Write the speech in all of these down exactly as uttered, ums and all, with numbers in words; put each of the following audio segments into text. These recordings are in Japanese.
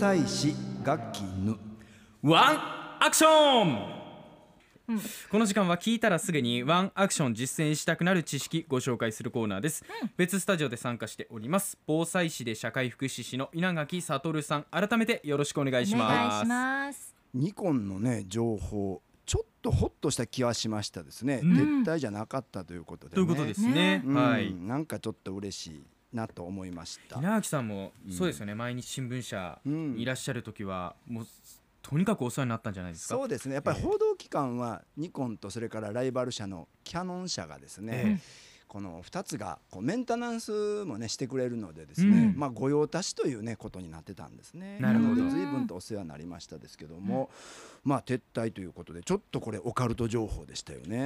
災市楽器ぬワンアクション、うん、この時間は聞いたらすぐにワンアクション実践したくなる知識ご紹介するコーナーです、うん、別スタジオで参加しております防災士で社会福祉士の稲垣悟さん、改めてよろしくお願いします。 お願いします。 ニコンのね情報ちょっとホッとした気はしましたですね、うん、撤退じゃなかったということでね。 ということですね、 うん、 はい、 なんかちょっと嬉しいなと思いました。 稲垣さんもそうですよね、うん、毎日新聞社にいらっしゃる時はもうとにかくお世話になったんじゃないですか。 そうですね、やっぱり報道機関はニコンとそれからライバル社のキヤノン社がですね、えーこのふたつがこうメンテナンスもねしてくれるのでですね、うん、まあ御用達というねことになってたんですね。 なるほど。 随分とお世話になりましたですけども、うん、まあ撤退ということでちょっとこれオカルト情報でしたよね。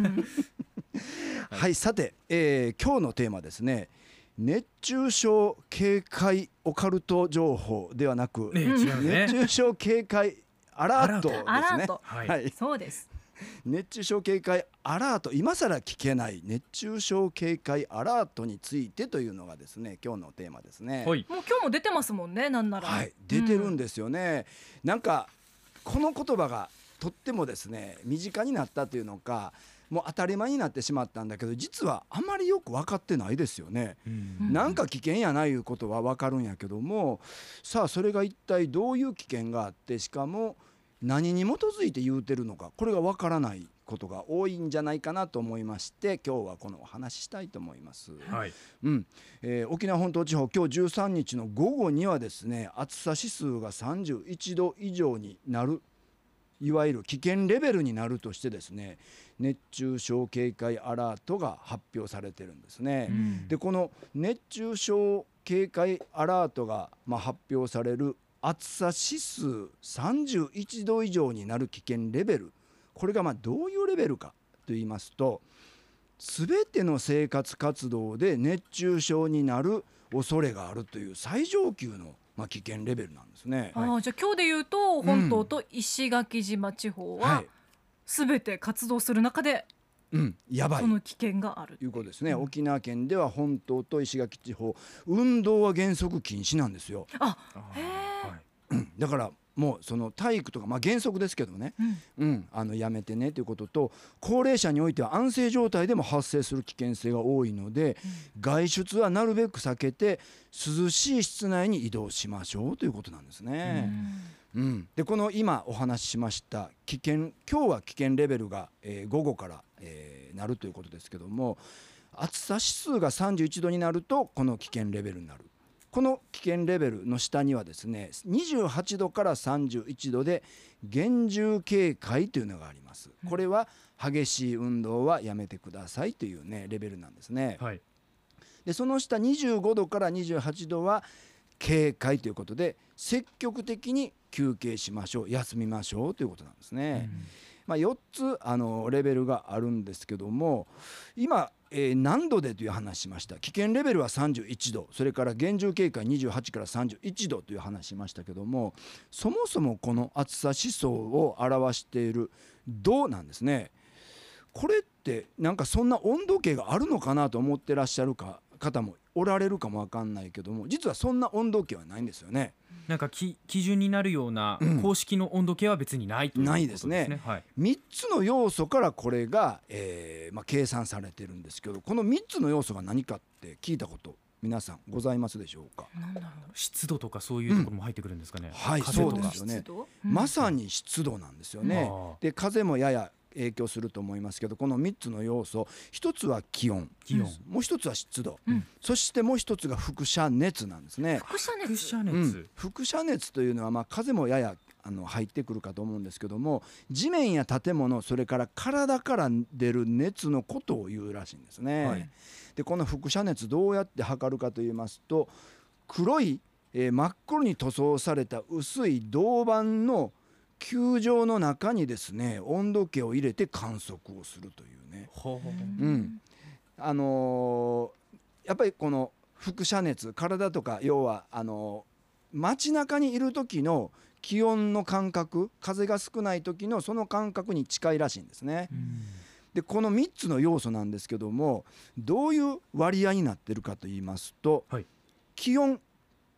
はい、さて、えー、今日のテーマですね、熱中症警戒オカルト情報ではなく、 ね、違うね、 熱中症警戒アラートですね。 アラート、 はい、 はい、そうです。 熱中症警戒アラート、今更聞けない熱中症警戒アラートについてというのがですね今日のテーマですね。 はい、もう今日も出てますもんね。なんなら、 はい、出てるんですよね、うん、なんかこの言葉がとってもですね身近になったというのかもう当たり前になってしまったんだけど、実はあまりよく分かってないですよね、うん、なんか危険やないいうことは分かるんやけども、さあそれが一体どういう危険があって、しかも何に基づいて言うてるのか、これがわからないことが多いんじゃないかなと思いまして、今日はこのお話ししたいと思います、 はい、 うんえー、沖縄本島地方今日じゅうさんにちの午後にはですね暑さ指数がさんじゅういちど以上になる、いわゆる危険レベルになるとしてですね熱中症警戒アラートが発表されてるんですね、うん、でこの熱中症警戒アラートがまあ発表される暑さ指数さんじゅういちど以上になる危険レベル、これがまあどういうレベルかと言いますと、すべての生活活動で熱中症になる恐れがあるという最上級のまあ危険レベルなんですね。 あ、はい、じゃあ今日で言うと本島と石垣島地方はすべて活動する中で、 うん、やばいその危険があるということですね、うん、沖縄県では本島と石垣地方運動は原則禁止なんですよ。 あ、へー、 はい、だからもうその体育とか、まあ、原則ですけどね、うんうん、あのやめてねということと、高齢者においては安静状態でも発生する危険性が多いので、うん、外出はなるべく避けて涼しい室内に移動しましょうということなんですね。うんうん、でこの今お話ししました危険、今日は危険レベルが、えー、午後から、えー、なるということですけども、暑さ指数がさんじゅういちどになるとこの危険レベルになる。この危険レベルの下にはですねにじゅうはちどからさんじゅういちどで厳重警戒というのがあります。これは激しい運動はやめてくださいというねレベルなんですね、はい、でその下にじゅうごどからにじゅうはちどは警戒ということで積極的に休憩しましょう、休みましょうということなんですね、うん、まあ、よっつあのレベルがあるんですけども、今、えー、何度でという話しました。危険レベルはさんじゅういちど、それから厳重警戒にじゅうはちからさんじゅういちどという話しましたけども、そもそもこの暑さ指数を表している度なんですね。これってなんかそんな温度計があるのかなと思ってらっしゃるか方もおられるかもわかんないけども、実はそんな温度計はないんですよね。 なんか基準になるような公式の温度計は別にないということですね。 ないですね、はい、みっつの要素からこれが、えーまあ、計算されてるんですけど、このみっつの要素が何かって聞いたこと皆さんございますでしょうか。 なんだろう、 湿度とかそういうところも入ってくるんですかね、うん、 はい、そうですよね、うん、まさに湿度なんですよね、うん、で風もやや影響すると思いますけど、このみっつの要素、一つは気温、気温、もう一つは湿度、うん、そしてもう一つが輻射熱なんですね。 輻射熱、 輻射熱、うん、 輻射熱というのは、まあ、風もややあの入ってくるかと思うんですけども、地面や建物、それから体から出る熱のことを言うらしいんですね、はい、でこの輻射熱どうやって測るかと言いますと、黒い、えー、真っ黒に塗装された薄い銅板の球状の中にですね温度計を入れて観測をするというね、うん、あのー、やっぱりこの輻射熱、体とか要はあのー、街中にいる時の気温の感覚、風が少ない時のその感覚に近いらしいんですね。でこのみっつの要素なんですけども、どういう割合になってるかと言いますと、はい、気温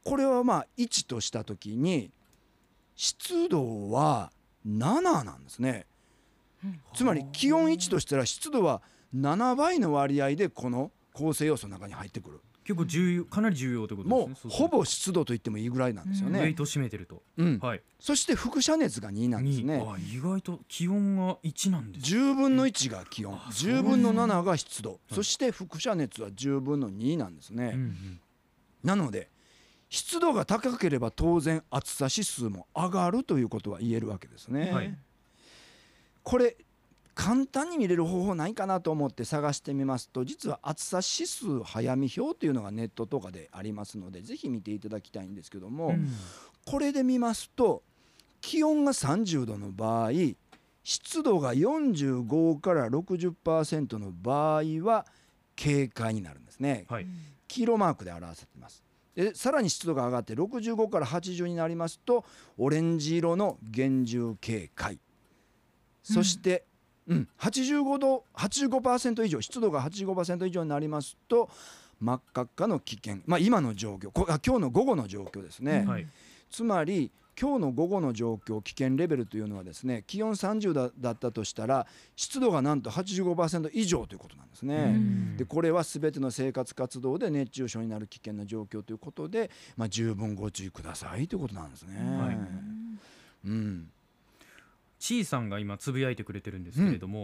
これはまあいちとした時に湿度はなななんですね。つまり気温いちとしたら湿度はななばいの割合でこの構成要素の中に入ってくる。 結構重要、かなり重要ということですね。 もうそうほぼ湿度と言ってもいいぐらいなんですよね。 ウェイトを占めてると、 うんはい、 そして輻射熱がになんですね。 あ、意外と気温がいちなんです。 じゅうぶんのいちが気温、じゅうぶんのななが湿度、そして輻射熱はじゅうぶんのになんですね、 うんうん、 なので湿度が高ければ当然暑さ指数も上がるということは言えるわけですね、 はい、 これ簡単に見れる方法ないかなと思って探してみますと、実は暑さ指数早見表というのがネットとかでありますのでぜひ見ていただきたいんですけども、うん、これで見ますと気温がさんじゅうどの場合湿度がよんじゅうごから ろくじゅっパーセント の場合は警戒になるんですね、はい、黄色マークで表せています。でさらに湿度が上がってろくじゅうごからはちじゅうになりますとオレンジ色の厳重警戒、そして、うんうん、はちじゅうごど はちじゅうごパーセント 以上、湿度が はちじゅうごパーセント 以上になりますと真っ赤っかの危険、まあ、今の状況、こあ今日の午後の状況ですね、はい、つまり今日の午後の状況、危険レベルというのはですね、気温さんじゅうだ, だったとしたら湿度がなんと はちじゅうごパーセント 以上ということなんですね。でこれは全ての生活活動で熱中症になる危険な状況ということで、まあ、十分ご注意くださいということなんですね、はい、うん、 ちいさんが今つぶやいてくれてるんですけれども、うん、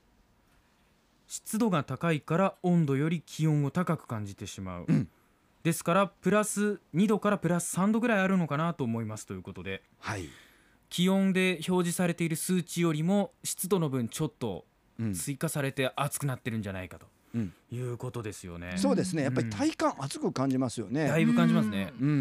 湿度が高いから温度より気温を高く感じてしまう、うん、ですからプラスにどからプラスさんどぐらいあるのかなと思いますということで、 はい、 気温で表示されている数値よりも湿度の分ちょっと追加されて暑くなってるんじゃないかと、うん、いうことですよね。 そうですね、やっぱり体感暑く感じますよね、 だいぶ感じますね、 うんうん、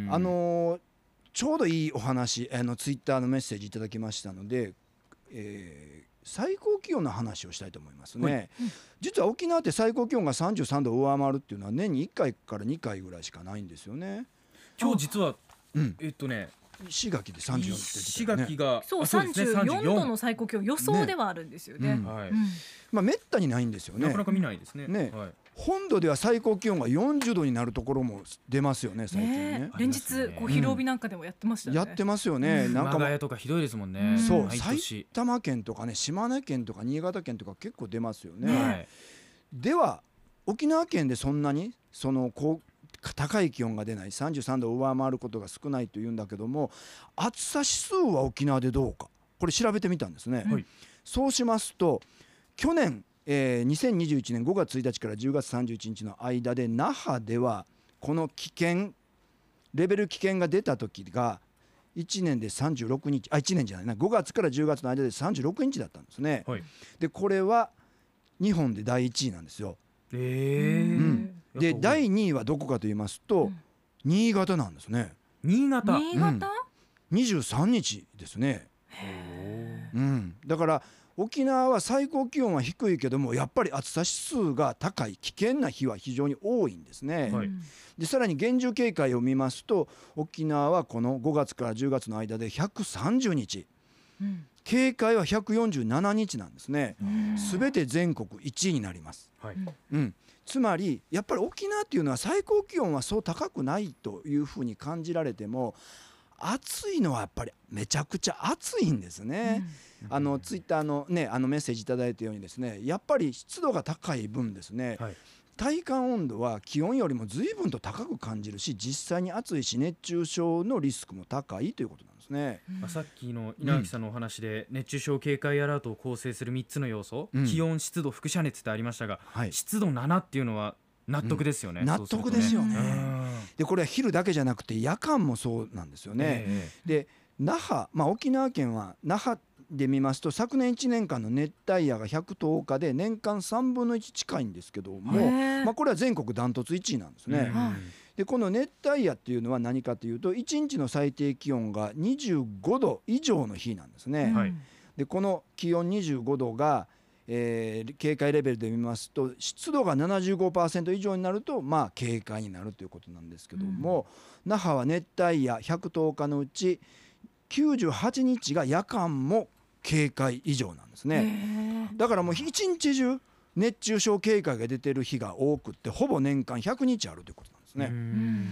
あのー、ちょうどいいお話、あのツイッターのメッセージいただきましたので、えー、最高気温の話をしたいと思いますね、はい、実は沖縄って最高気温がさんじゅうさんどを上回るっていうのは年にいっかいからにかいぐらいしかないんですよね。 今日実は、うん、えっとね石垣でさんじゅうよんって言って石垣がそう、さんじゅうよんどの最高気温予想ではあるんですよね、 ね、うん、はい、まあ、めったにないんですよね。 なかなか見ないですね。 ね、 はい、 本土では最高気温がよんじゅうどになるところも出ますよね最近ね。 ね、連日こう昼帯なんかでもやってましたね、 うん、やってますよね、 うん、なんか熊谷とかひどいですもんね、うん、 そう、埼玉県とかね、島根県とか新潟県とか結構出ますよね、はい、では沖縄県でそんなにそのこう高い気温が出ない、さんじゅうさんどを上回ることが少ないというんだけども、暑さ指数は沖縄でどうか、これ調べてみたんですね、はい、そうしますと去年、えー、にせんにじゅういちねんごがつついたちからじゅうがつさんじゅういちにちの間で那覇ではこの危険レベル危険が出た時がいちねんでさんじゅうろくにち、あいちねんじゃないな、ごがつからじゅうがつの間でさんじゅうろくにちだったんですね、はい、でこれは日本でだいいちいなんですよ。 えーうんでだいにいはどこかと言いますと、うん、新潟なんですね。 新潟、 新潟、 うん、にじゅうさんにちですね、うん、だから沖縄は最高気温は低いけどもやっぱり暑さ指数が高い危険な日は非常に多いんですね、はい、でさらに厳重警戒を見ますと沖縄はこのごがつからじゅうがつの間でひゃくさんじゅうにち、うん、警戒はひゃくよんじゅうななにちなんですね。すべて全国いちいになります、はい、うん、つまりやっぱり沖縄っていうのは最高気温はそう高くないというふうに感じられても暑いのはやっぱりめちゃくちゃ暑いんですね、うん、あのツイッターのねあのメッセージいただいたようにですね、やっぱり湿度が高い分ですね、はい、体感温度は気温よりも随分と高く感じるし実際に暑いし熱中症のリスクも高いということなんですね、 まあ、さっきの稲垣さんのお話で熱中症警戒アラートを構成するみっつの要素、うん、気温湿度輻射熱ってありましたが、はい、湿度ななっていうのは納得ですよね、 うん、納得ですよね、でこれは昼だけじゃなくて夜間もそうなんですよね、えー、で那覇、まあ、沖縄県は那覇で見ますと昨年いちねんかんの熱帯夜がひゃくとおかで年間さんぶんのいち近いんですけども、まあ、これは全国ダントツいちいなんですね、うん、でこの熱帯夜っていうのは何かというといちにちの最低気温がにじゅうごど以上の日なんですね、うん、でこの気温にじゅうごどがえー、警戒レベルで見ますと湿度が ななじゅうごパーセント 以上になるとまあ警戒になるということなんですけども、うん、那覇は熱帯夜ひゃくとおかのうちきゅうじゅうはちにちが夜間も警戒以上なんですね。だからもう一日中熱中症警戒が出てる日が多くってほぼ年間ひゃくにちあるということなんですね。うん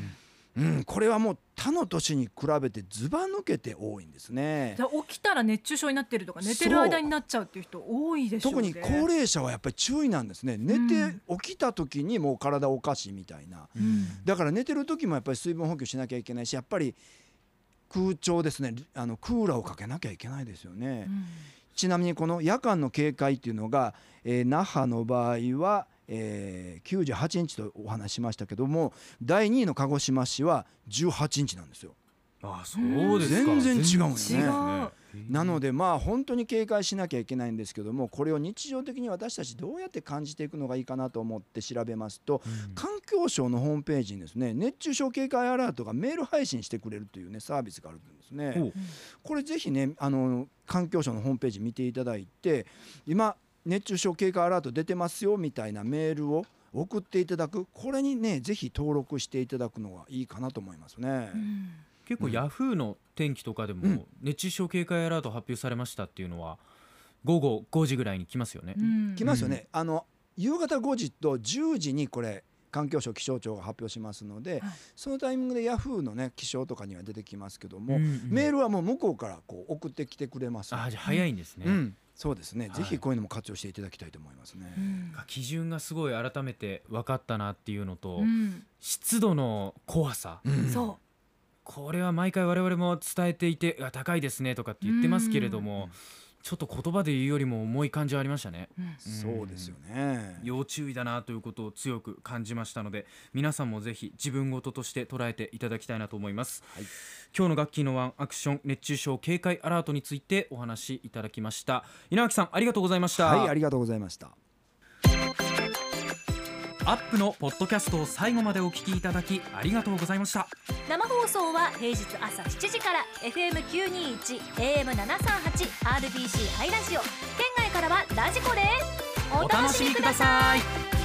うん、これはもう他の年に比べてずば抜けて多いんですね。 じゃあ起きたら熱中症になってるとか寝てる間になっちゃうっていう人多いでしょうね。 特に高齢者はやっぱり注意なんですね。寝て起きた時にもう体おかしいみたいな、 うん、 だから寝てる時もやっぱり水分補給しなきゃいけないし、やっぱり空調ですね、あのクーラーをかけなきゃいけないですよね、うん、ちなみにこの夜間の警戒っていうのが、えー、那覇の場合はえー、きゅうじゅうはちインチとお話ししましたけども、だいにいの鹿児島市はじゅうはちインチなんですよ。 ああ、そうですか。 全然違うんよね。 違う。 なのでまあ本当に警戒しなきゃいけないんですけども、これを日常的に私たちどうやって感じていくのがいいかなと思って調べますと、うん、環境省のホームページにですね、熱中症警戒アラートがメール配信してくれるというねサービスがあるんですね、うん、これぜひね、あの環境省のホームページ見ていただいて、今熱中症警戒アラート出てますよみたいなメールを送っていただく、これにねぜひ登録していただくのがいいかなと思いますね、うん、 結構ヤフーの天気とかでも熱中症警戒アラート発表されましたっていうのはごごごじぐらいに来ますよね、 うん、来ますよね、うん、あの夕方ごじとじゅうじにこれ環境省気象庁が発表しますので、はい、そのタイミングでヤフーのね気象とかには出てきますけども、うんうん、メールはもう向こうからこう送ってきてくれます。 あ、じゃあ早いんですね、 うん、そうですね、はい、ぜひこういうのも活用していただきたいと思いますね、うん、 基準がすごい改めて分かったなっていうのと、うん、湿度の怖さ、 うん、そうこれは毎回我々も伝えていて高いですねとかって言ってますけれども、うん、ちょっと言葉で言うよりも重い感じはありましたね、 うん、そうですよね。 要注意だなということを強く感じましたので、皆さんもぜひ自分事として捉えていただきたいなと思います、はい、今日のガッキーのワンアクション熱中症警戒アラートについてお話しいただきました。稲垣さん、ありがとうございました。 はい、ありがとうございました。 アップのポッドキャストを最後までお聞きいただきありがとうございました。 生放送は平日朝しちじから エフエムきゅうにいち エーエムななさんはち アールビーシー ハイラジオ、県外からはラジコです。 お楽しみください。